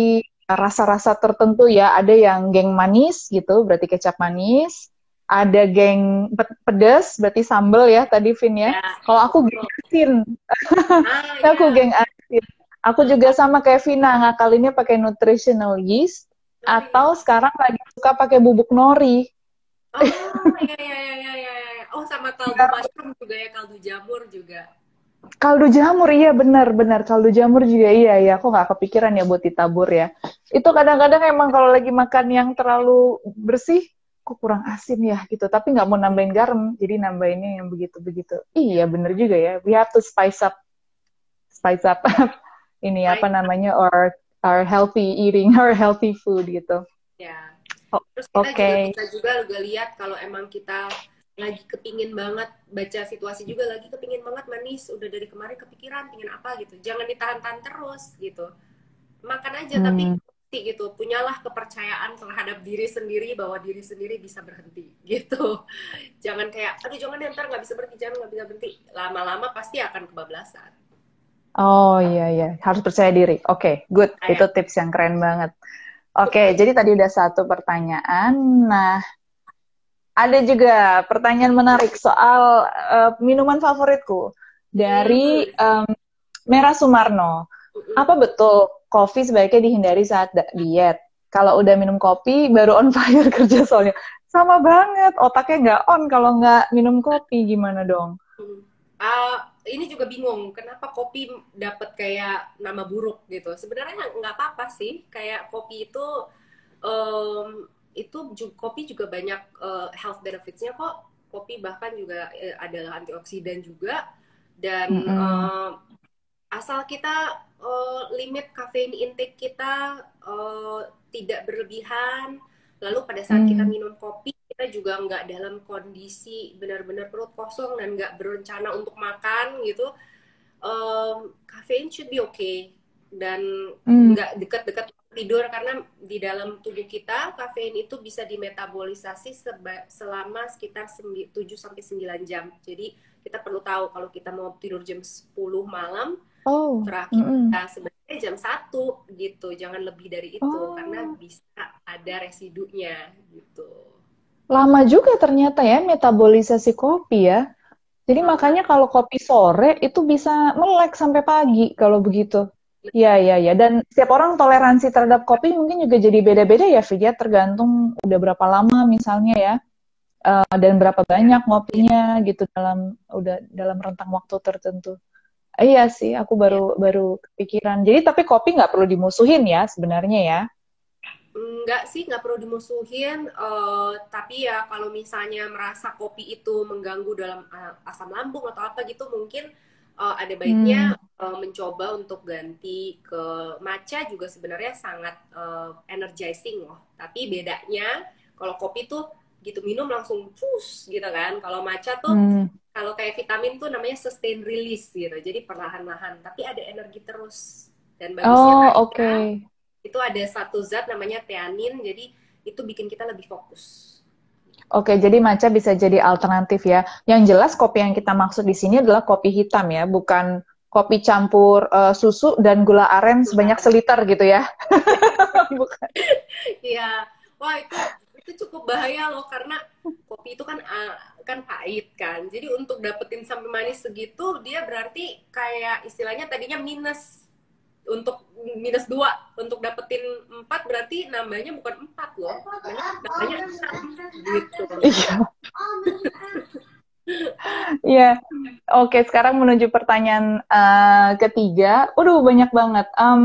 rasa-rasa tertentu ya. Ada yang geng manis gitu, berarti kecap manis. Ada geng pe- pedas, berarti sambal ya tadi Vin ya. Ya, Kalau aku geng betul. asin, Ah, aku ya. geng asin. Aku juga sama kayak Vina, ngakalinnya pakai nutritional yeast. Oh, iya. Atau sekarang lagi suka pakai bubuk nori. Oh, iya, iya, iya, iya, iya, iya. Oh, sama kaldu mushroom juga ya, kaldu jamur juga. Kaldu jamur, iya benar-benar. Kaldu jamur juga iya ya. Aku nggak kepikiran ya buat ditabur ya. Itu kadang-kadang emang kalau lagi makan yang terlalu bersih, kok kurang asin ya gitu. Tapi nggak mau nambahin garam, jadi nambahinnya yang begitu-begitu. Iya bener juga ya. We have to spice up, spice up ini apa Right. namanya, or our healthy eating, our healthy food gitu. Ya. Oh, Terus kita oke. juga bisa juga juga lihat kalau emang kita lagi kepingin banget baca situasi juga lagi kepingin banget manis udah dari kemarin kepikiran pingin apa gitu jangan ditahan-tahan terus gitu makan aja tapi Hmm. gitu punyalah kepercayaan terhadap diri sendiri bahwa diri sendiri bisa berhenti gitu jangan kayak aduh jangan deh, ntar nggak bisa berhenti jangan nggak bisa berhenti lama-lama pasti akan kebablasan Oh iya iya, harus percaya diri. Oke, good. Itu kayak tips yang keren banget. Oke, jadi tadi udah satu pertanyaan. Nah, ada juga pertanyaan menarik soal uh, minuman favoritku dari hmm, um, Merah Sumarno. Apa betul kopi sebaiknya dihindari saat diet? Kalau udah minum kopi, baru on fire kerja soalnya. Sama banget, otaknya nggak on kalau nggak minum kopi, gimana dong? Uh, ini juga bingung kenapa kopi dapat kayak nama buruk gitu. Sebenarnya nggak apa-apa sih. Kayak kopi itu um, itu juga, kopi juga banyak uh, health benefits-nya kok. Kopi bahkan juga uh, adalah antioksidan juga dan Mm-mm. uh, asal kita uh, limit caffeine intake kita uh, tidak berlebihan. Lalu pada saat kita Mm. minum kopi kita juga nggak dalam kondisi benar-benar perut kosong dan nggak berencana untuk makan gitu, um, caffeine should be okay dan Mm. nggak dekat-dekat tidur karena di dalam tubuh kita kafein itu bisa dimetabolisasi seba- selama sekitar tujuh sampai sembilan jam. Jadi kita perlu tahu kalau kita mau tidur jam sepuluh malam Oh, terakhir mm-mm. kita sebenarnya jam satu gitu. Jangan lebih dari itu karena Oh, bisa ada residunya gitu. lama juga ternyata ya metabolisasi kopi ya. Jadi Lama. makanya kalau kopi sore itu bisa melek sampai pagi kalau begitu. Iya, iya, iya. Dan setiap orang toleransi terhadap kopi mungkin juga jadi beda-beda ya, Vidya, tergantung udah berapa lama misalnya ya, eh, dan berapa Ya, banyak ya, ngopinya gitu dalam udah dalam rentang waktu tertentu. Eh, Iya sih, aku baru ya. baru kepikiran. Jadi tapi kopi nggak perlu dimusuhin ya sebenarnya ya. Enggak sih, nggak perlu dimusuhin. eh, tapi ya kalau misalnya merasa kopi itu mengganggu dalam eh, asam lambung atau apa gitu, mungkin eh, ada baiknya Hmm. eh, mencoba untuk ganti ke matcha juga sebenarnya sangat eh, energizing loh. Tapi bedanya kalau kopi tuh gitu minum langsung push gitu kan. Kalau matcha tuh Hmm. kalau kayak vitamin tuh namanya sustain release gitu. Jadi perlahan-lahan, tapi ada energi terus. Dan bagusnya Oh, oke. matcha itu ada satu zat namanya theanin jadi itu bikin kita lebih fokus. Oke, jadi matcha bisa jadi alternatif ya. Yang jelas kopi yang kita maksud di sini adalah kopi hitam ya, bukan kopi campur eh, susu dan gula aren sebanyak seliter gitu ya. Bukan. Iya, wah itu itu cukup bahaya loh karena kopi itu kan ah, kan pahit kan. Jadi untuk dapetin sampai manis segitu dia berarti kayak istilahnya tadinya minus untuk minus dua untuk dapetin empat berarti nambahnya bukan empat loh, nambahnya nambahnya enam gitu. Iya, iya. Oke, sekarang menuju pertanyaan eh, ketiga. Waduh, banyak banget. Em,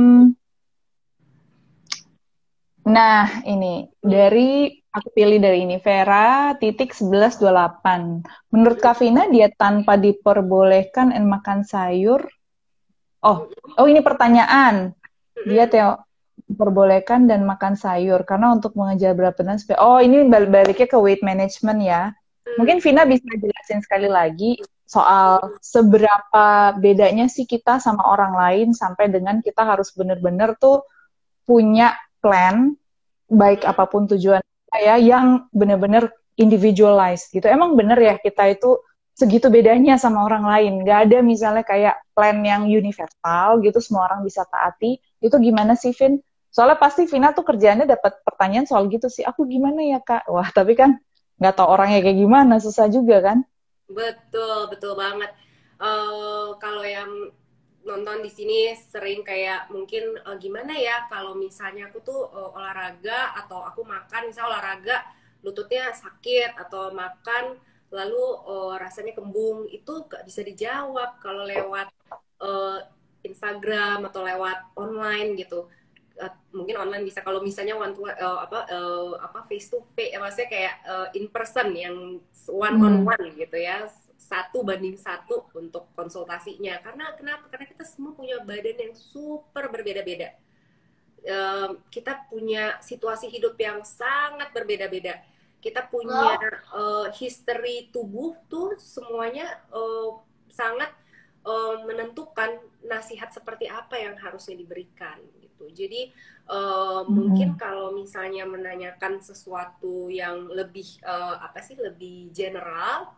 nah, ini dari aku pilih dari ini Vera titik sebelas dua delapan. Menurut Kavina, dia tanpa diperbolehkan and makan sayur. Oh, oh ini pertanyaan. Dia teo diperbolehkan dan makan sayur karena untuk mengejar berat badan. supaya- Oh, ini bal- baliknya ke weight management ya. Mungkin Vina bisa jelasin sekali lagi soal seberapa bedanya sih kita sama orang lain sampai dengan kita harus benar-benar tuh punya plan baik apapun tujuan kita ya yang benar-benar individualized gitu. Emang bener ya kita itu segitu bedanya sama orang lain. Gak ada misalnya kayak plan yang universal gitu semua orang bisa taati. Itu gimana sih, Vin? Soalnya pasti Vina tuh kerjaannya dapat pertanyaan soal gitu sih. Aku gimana ya Kak? Wah tapi kan nggak tahu orangnya kayak gimana, susah juga kan? Betul, betul banget. Eh kalau yang nonton di sini sering kayak mungkin eh, gimana ya kalau misalnya aku tuh eh, olahraga atau aku makan misal olahraga lututnya sakit atau makan lalu eh, rasanya kembung itu gak bisa dijawab kalau lewat eh, Instagram atau lewat online gitu. Eh, mungkin online bisa kalau misalnya one to, eh, apa eh, apa face to face, eh, maksudnya kayak eh, in person yang one on Hmm. one gitu ya, satu banding satu untuk konsultasinya. Karena kenapa? Karena kita semua punya badan yang super berbeda-beda. Um, kita punya situasi hidup yang sangat berbeda-beda. Kita punya uh, history tubuh tuh semuanya uh, sangat uh, menentukan nasihat seperti apa yang harusnya diberikan gitu. Jadi uh, mungkin Mm-mm. kalau misalnya menanyakan sesuatu yang lebih uh, apa sih lebih general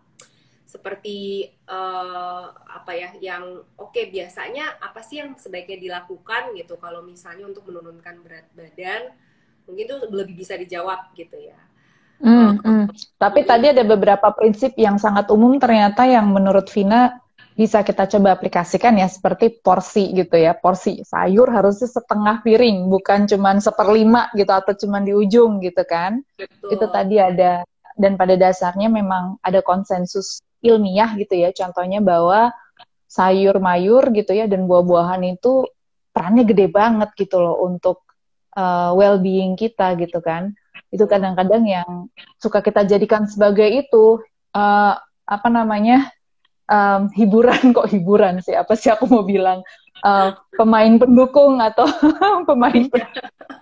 seperti uh, apa ya yang oke okay, biasanya apa sih yang sebaiknya dilakukan gitu kalau misalnya untuk menurunkan berat badan mungkin itu lebih bisa dijawab gitu ya. uh, Hmm, hmm. Tapi mungkin tadi ada beberapa prinsip yang sangat umum ternyata yang menurut Vina bisa kita coba aplikasikan ya, seperti porsi gitu ya. Porsi sayur harusnya setengah piring, bukan cuman seperlima gitu atau cuman di ujung gitu kan. Itu betul. tadi ada, dan pada dasarnya memang ada konsensus ilmiah gitu ya. Contohnya bahwa sayur mayur gitu ya dan buah-buahan itu perannya gede banget gitu loh untuk uh, well-being kita gitu kan. Itu Betul. kadang-kadang yang suka kita jadikan sebagai itu uh, apa namanya um, hiburan kok hiburan sih apa sih aku mau bilang uh, pemain pendukung atau Oh pemain iya,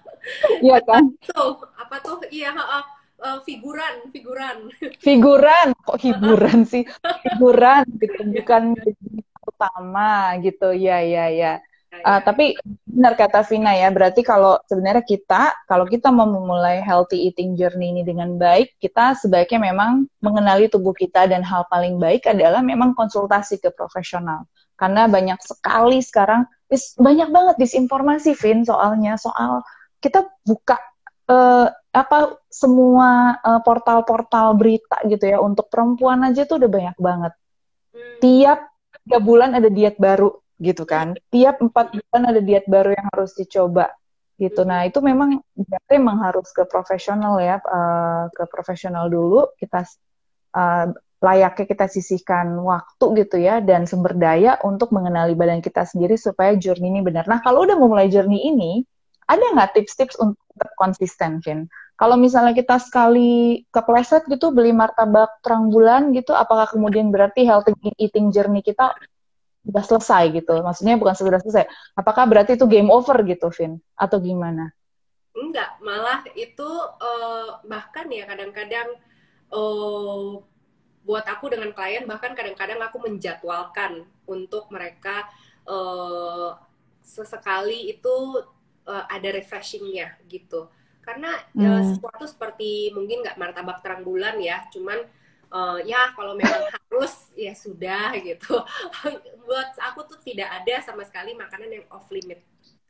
iya kan tuh apa tuh iya uh, uh, figuran figuran. figuran kok hiburan sih hiburan gitu bukan jadi utama gitu ya ya ya. Ya, Uh, ya, ya. tapi benar kata Vina ya, berarti kalau sebenarnya kita, kalau kita mau memulai healthy eating journey ini dengan baik, kita sebaiknya memang mengenali tubuh kita dan hal paling baik adalah memang konsultasi ke profesional. Karena banyak sekali sekarang, is, banyak banget disinformasi, Vin, soalnya, soal kita buka uh, apa semua uh, portal-portal berita gitu ya, untuk perempuan aja tuh udah banyak banget. Hmm. Tiap tiga bulan ada diet baru gitu kan. Tiap empat bulan ada diet baru yang harus dicoba gitu. Hmm. Nah itu memang berarti memang harus ke profesional ya, uh, ke profesional dulu. Kita uh, layaknya kita sisihkan waktu gitu ya dan sumber daya untuk mengenali badan kita sendiri supaya journey ini benar. Nah kalau udah memulai journey ini, ada nggak tips-tips untuk tetap konsisten, Vin? Kalau misalnya kita sekali kepleset gitu beli martabak terang bulan gitu, apakah kemudian berarti healthy eating journey kita udah selesai gitu? Maksudnya bukan sudah selesai. Apakah berarti itu game over gitu, Vin? Atau gimana? Enggak, malah itu uh, bahkan ya kadang-kadang uh, buat aku dengan klien bahkan kadang-kadang aku menjadwalkan untuk mereka uh, sesekali itu uh, ada refreshingnya gitu karena uh, Hmm. sesuatu seperti mungkin nggak martabak terang bulan ya cuman uh, ya kalau memang harus ya sudah gitu. Buat aku tuh tidak ada sama sekali makanan yang off limit.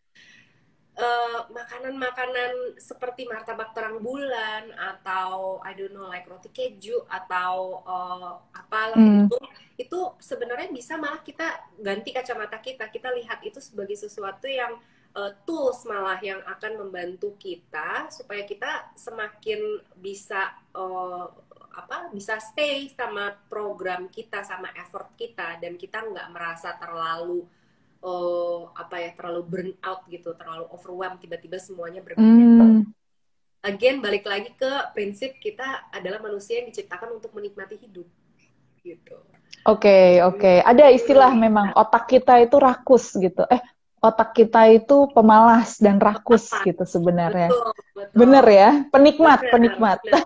Uh, makanan-makanan seperti martabak terang bulan atau I don't know like roti keju atau uh, apalah Hmm. itu itu sebenarnya bisa malah kita ganti kacamata kita kita lihat itu sebagai sesuatu yang uh, tools malah yang akan membantu kita supaya kita semakin bisa uh, apa bisa stay sama program kita sama effort kita dan kita nggak merasa terlalu oh apa ya terlalu burn out gitu terlalu overwhelmed tiba-tiba semuanya berbeda. Hmm. Again balik lagi ke prinsip kita adalah manusia yang diciptakan untuk menikmati hidup gitu. Oke, okay, oke. Okay. Ada istilah memang otak kita itu rakus gitu. Eh, otak kita itu pemalas dan rakus gitu sebenarnya. Betul, Bener betul. ya? Penikmat, Benar, penikmat. benar.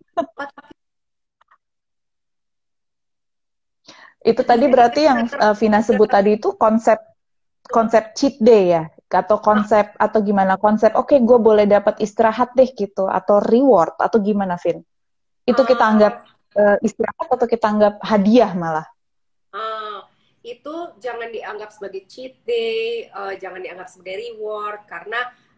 Itu tadi Bisa kita berarti bisa yang uh, Vina sebut termotivasi. tadi itu konsep konsep cheat day ya? Atau konsep atau gimana? Konsep oke okay, gue boleh dapat istirahat deh gitu atau reward atau gimana, Vin? Itu kita anggap Uh, uh, istirahat atau kita anggap hadiah malah? uh, itu jangan dianggap sebagai cheat day, uh, jangan dianggap sebagai reward karena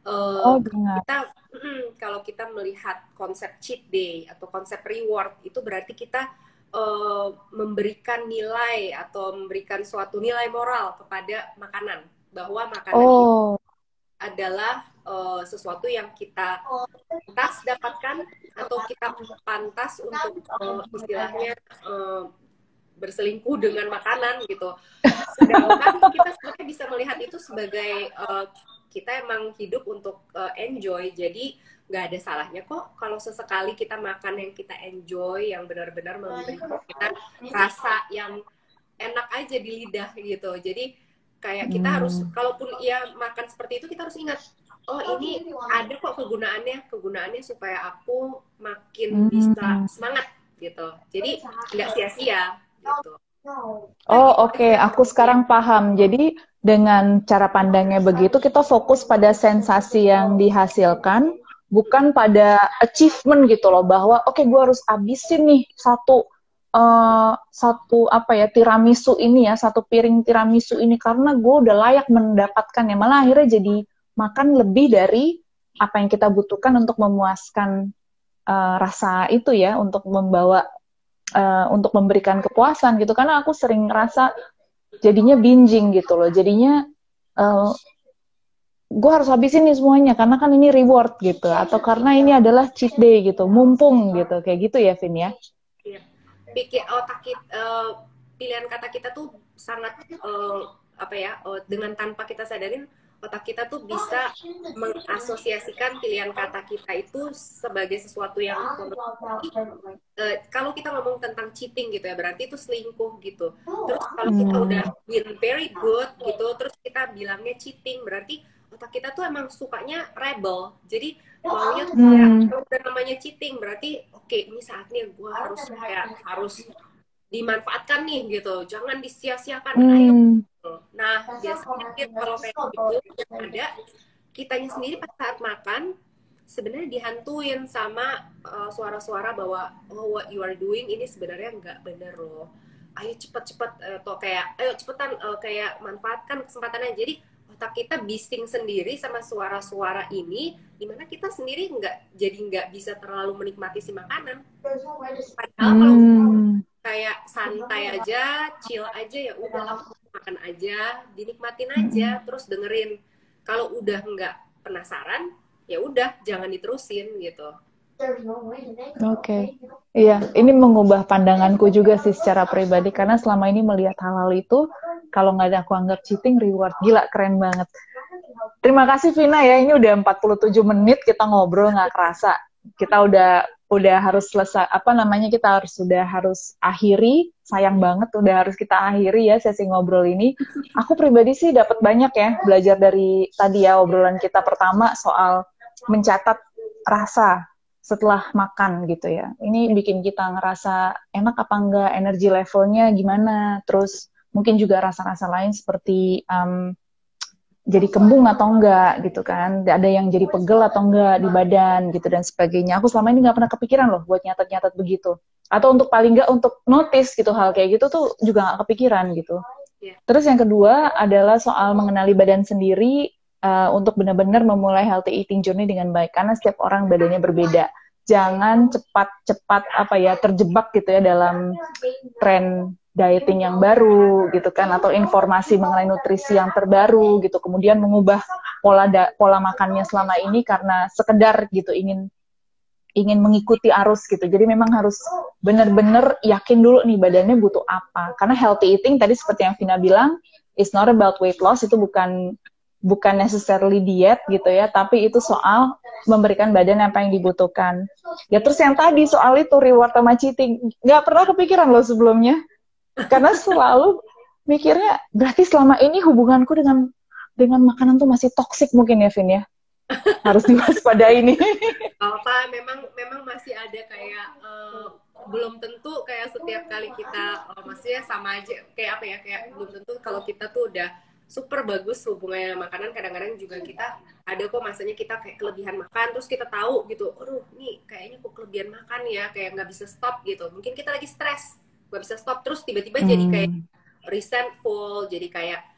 uh, Oh, dengar. kita mm, kalau kita melihat konsep cheat day atau konsep reward itu berarti kita uh, memberikan nilai atau memberikan suatu nilai moral kepada makanan, bahwa makanan itu Oh, adalah uh, sesuatu yang kita pantas dapatkan atau kita pantas untuk uh, istilahnya uh, berselingkuh dengan makanan gitu. Sedangkan kita sebenarnya bisa melihat itu sebagai uh, kita emang hidup untuk uh, enjoy. Jadi nggak ada salahnya kok kalau sesekali kita makan yang kita enjoy, yang benar-benar memberi kita rasa yang enak aja di lidah gitu. Jadi kayak kita harus, hmm, kalaupun ya makan seperti itu, kita harus ingat, oh ini ada kok kegunaannya, kegunaannya supaya aku makin bisa hmm. semangat gitu. Jadi nggak sia-sia gitu. Nah Oh, gitu oke. aja. Aku sekarang paham. Jadi, dengan cara pandangnya begitu, kita fokus pada sensasi yang dihasilkan, bukan pada achievement gitu loh. Bahwa, oke, gue harus habisin nih satu eh, satu apa ya tiramisu ini ya, satu piring tiramisu ini karena gue udah layak mendapatkannya. Malah akhirnya jadi makan lebih dari apa yang kita butuhkan untuk memuaskan eh, rasa itu ya, untuk membawa eh, untuk memberikan kepuasan gitu. Karena aku sering ngerasa jadinya binging gitu loh. Jadinya uh, gue harus habisin nih semuanya karena kan ini reward gitu, atau karena ini adalah cheat day gitu, mumpung gitu, kayak gitu ya, Vin ya. Iya. Pikir otak kita, uh, pilihan kata kita tuh sangat uh, apa ya, uh, dengan tanpa kita sadarin otak kita tuh bisa mengasosiasikan pilihan kata kita itu sebagai sesuatu yang uh, kalau kita ngomong tentang cheating gitu ya, berarti itu selingkuh gitu. Terus kalau kita udah Hmm. win very good gitu, terus kita bilangnya cheating, berarti otak kita tuh emang sukanya rebel. Jadi maunya tuh kayak Hmm. udah namanya cheating, berarti oke okay, ini saatnya gue harus kayak harus dimanfaatkan nih gitu, jangan disia-siakan, ayo. Hmm. Nah biasanya kalau kayak gitu yang ada kitanya sendiri pas saat makan sebenarnya dihantuin sama uh, suara-suara bahwa oh what you are doing ini sebenarnya nggak bener loh, ayo cepet-cepet uh, atau kayak ayo cepetan uh, kayak manfaatkan kesempatannya. Jadi otak kita bising sendiri sama suara-suara ini, dimana kita sendiri nggak jadi nggak bisa terlalu menikmati si makanan. Padahal kalau Hmm. kayak santai aja, chill aja, ya udah makan aja, dinikmatin Hmm. aja, terus dengerin. Kalau udah nggak penasaran, ya udah jangan diterusin gitu. Oke, okay. Iya, ini mengubah pandanganku juga sih secara pribadi, karena selama ini melihat hal-hal itu, kalau nggak ada aku anggap cheating, reward. Gila, keren banget. Terima kasih Vina ya, ini udah empat puluh tujuh menit kita ngobrol nggak kerasa. Kita udah udah harus selesai, apa namanya, kita harus sudah harus akhiri. Sayang banget udah harus kita akhiri ya sesi ngobrol ini. Aku pribadi sih dapat banyak ya belajar dari tadi ya obrolan kita pertama soal mencatat rasa setelah makan gitu ya. Ini bikin kita ngerasa enak apa enggak, energi levelnya gimana, terus mungkin juga rasa-rasa lain seperti um, jadi kembung atau enggak gitu kan, ada yang jadi pegel atau enggak di badan gitu dan sebagainya. Aku selama ini nggak pernah kepikiran loh buat nyatet-nyatet begitu. Atau untuk paling enggak untuk notice gitu, hal kayak gitu tuh juga nggak kepikiran gitu. Yeah. Terus yang kedua adalah soal mengenali badan sendiri, uh, untuk benar-benar memulai healthy eating journey dengan baik, karena setiap orang badannya berbeda. Jangan cepat-cepat apa ya terjebak gitu ya dalam tren dieting yang baru gitu kan, atau informasi mengenai nutrisi yang terbaru gitu, kemudian mengubah pola da, pola makannya selama ini karena sekedar gitu ingin ingin mengikuti arus gitu. Jadi memang harus benar-benar yakin dulu nih badannya butuh apa. Karena healthy eating tadi seperti yang Vina bilang, it's not about weight loss, itu bukan bukan necessarily diet gitu ya, tapi itu soal memberikan badan apa yang dibutuhkan. Ya terus yang tadi soal itu reward sama cheating, nggak pernah kepikiran loh sebelumnya. Karena selalu mikirnya berarti selama ini hubunganku dengan dengan makanan tuh masih toksik mungkin ya, Vin ya. Harus diwaspadai nih. Apa memang memang masih ada kayak uh, belum tentu kayak setiap kali kita uh, maksudnya sama aja kayak apa ya, kayak belum tentu kalau kita tuh udah super bagus hubungannya makanan, kadang-kadang juga kita ada kok masanya kita kayak kelebihan makan, terus kita tahu gitu, aduh nih kayaknya kok kelebihan makan ya, kayak nggak bisa stop gitu, mungkin kita lagi stres nggak bisa stop, terus tiba-tiba hmm. jadi kayak resentful, jadi kayak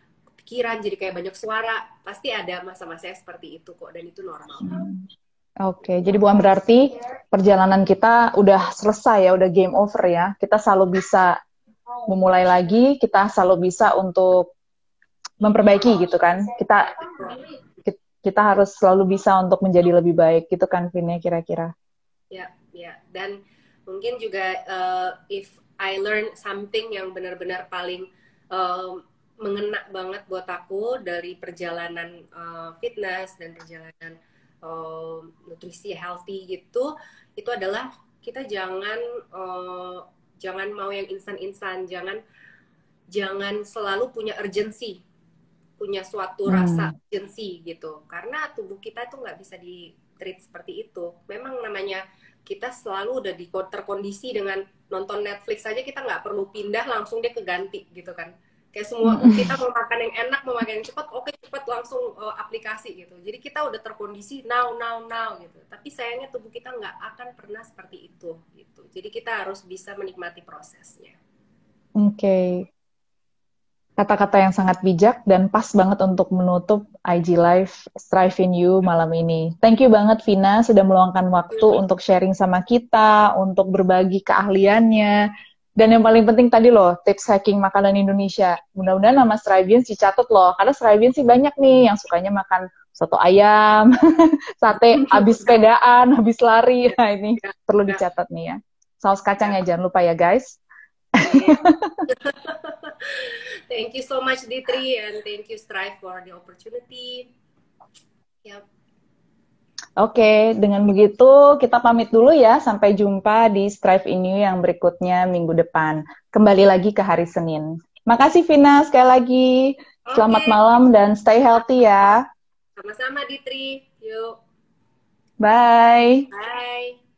kepikiran, jadi kayak banyak suara. Pasti ada masa-masa seperti itu kok, dan itu normal. Hmm. Oke, jadi bukan berarti perjalanan kita udah selesai ya, udah game over ya. Kita selalu bisa memulai lagi, kita selalu bisa untuk memperbaiki gitu kan. Kita kita harus selalu bisa untuk menjadi lebih baik gitu kan, Vin, ya kira-kira. Ya, ya. Dan mungkin juga uh, if I learn something yang benar-benar paling uh, mengena banget buat aku dari perjalanan uh, fitness dan perjalanan uh, nutrisi healthy gitu, itu adalah kita jangan uh, jangan mau yang instan-instan, jangan jangan selalu punya urgency, punya suatu Hmm. rasa urgency gitu, karena tubuh kita tuh nggak bisa di treat seperti itu. Memang namanya kita selalu udah di terkondisi dengan nonton Netflix aja, kita nggak perlu pindah langsung dia keganti gitu kan. Kayak semua kita mau makan yang enak, mau makan yang cepat, oke cepat langsung uh, aplikasi gitu. Jadi kita udah terkondisi now now now gitu. Tapi sayangnya tubuh kita nggak akan pernah seperti itu gitu. Jadi kita harus bisa menikmati prosesnya. Oke. Okay. Kata-kata yang sangat bijak dan pas banget untuk menutup I G Live Strive in You malam ini. Thank you banget Vina sudah meluangkan waktu untuk sharing sama kita, untuk berbagi keahliannya. Dan yang paling penting tadi loh, tips hacking makanan Indonesia. Mudah-mudahan nama Strivians dicatat loh, karena Strivians sih banyak nih yang sukanya makan soto ayam, sate habis sepedaan, habis lari. Nah ini perlu dicatat nih ya. Saus kacang ya, jangan lupa ya guys. Thank you so much Ditri, and thank you Strive for the opportunity. Yep. Oke, dengan begitu kita pamit dulu ya. Sampai jumpa di Strive in You yang berikutnya minggu depan. Kembali lagi ke hari Senin. Makasih Vina sekali lagi. Okay. Selamat malam dan stay healthy ya. Sama-sama Ditri. Yuk. Bye. Bye.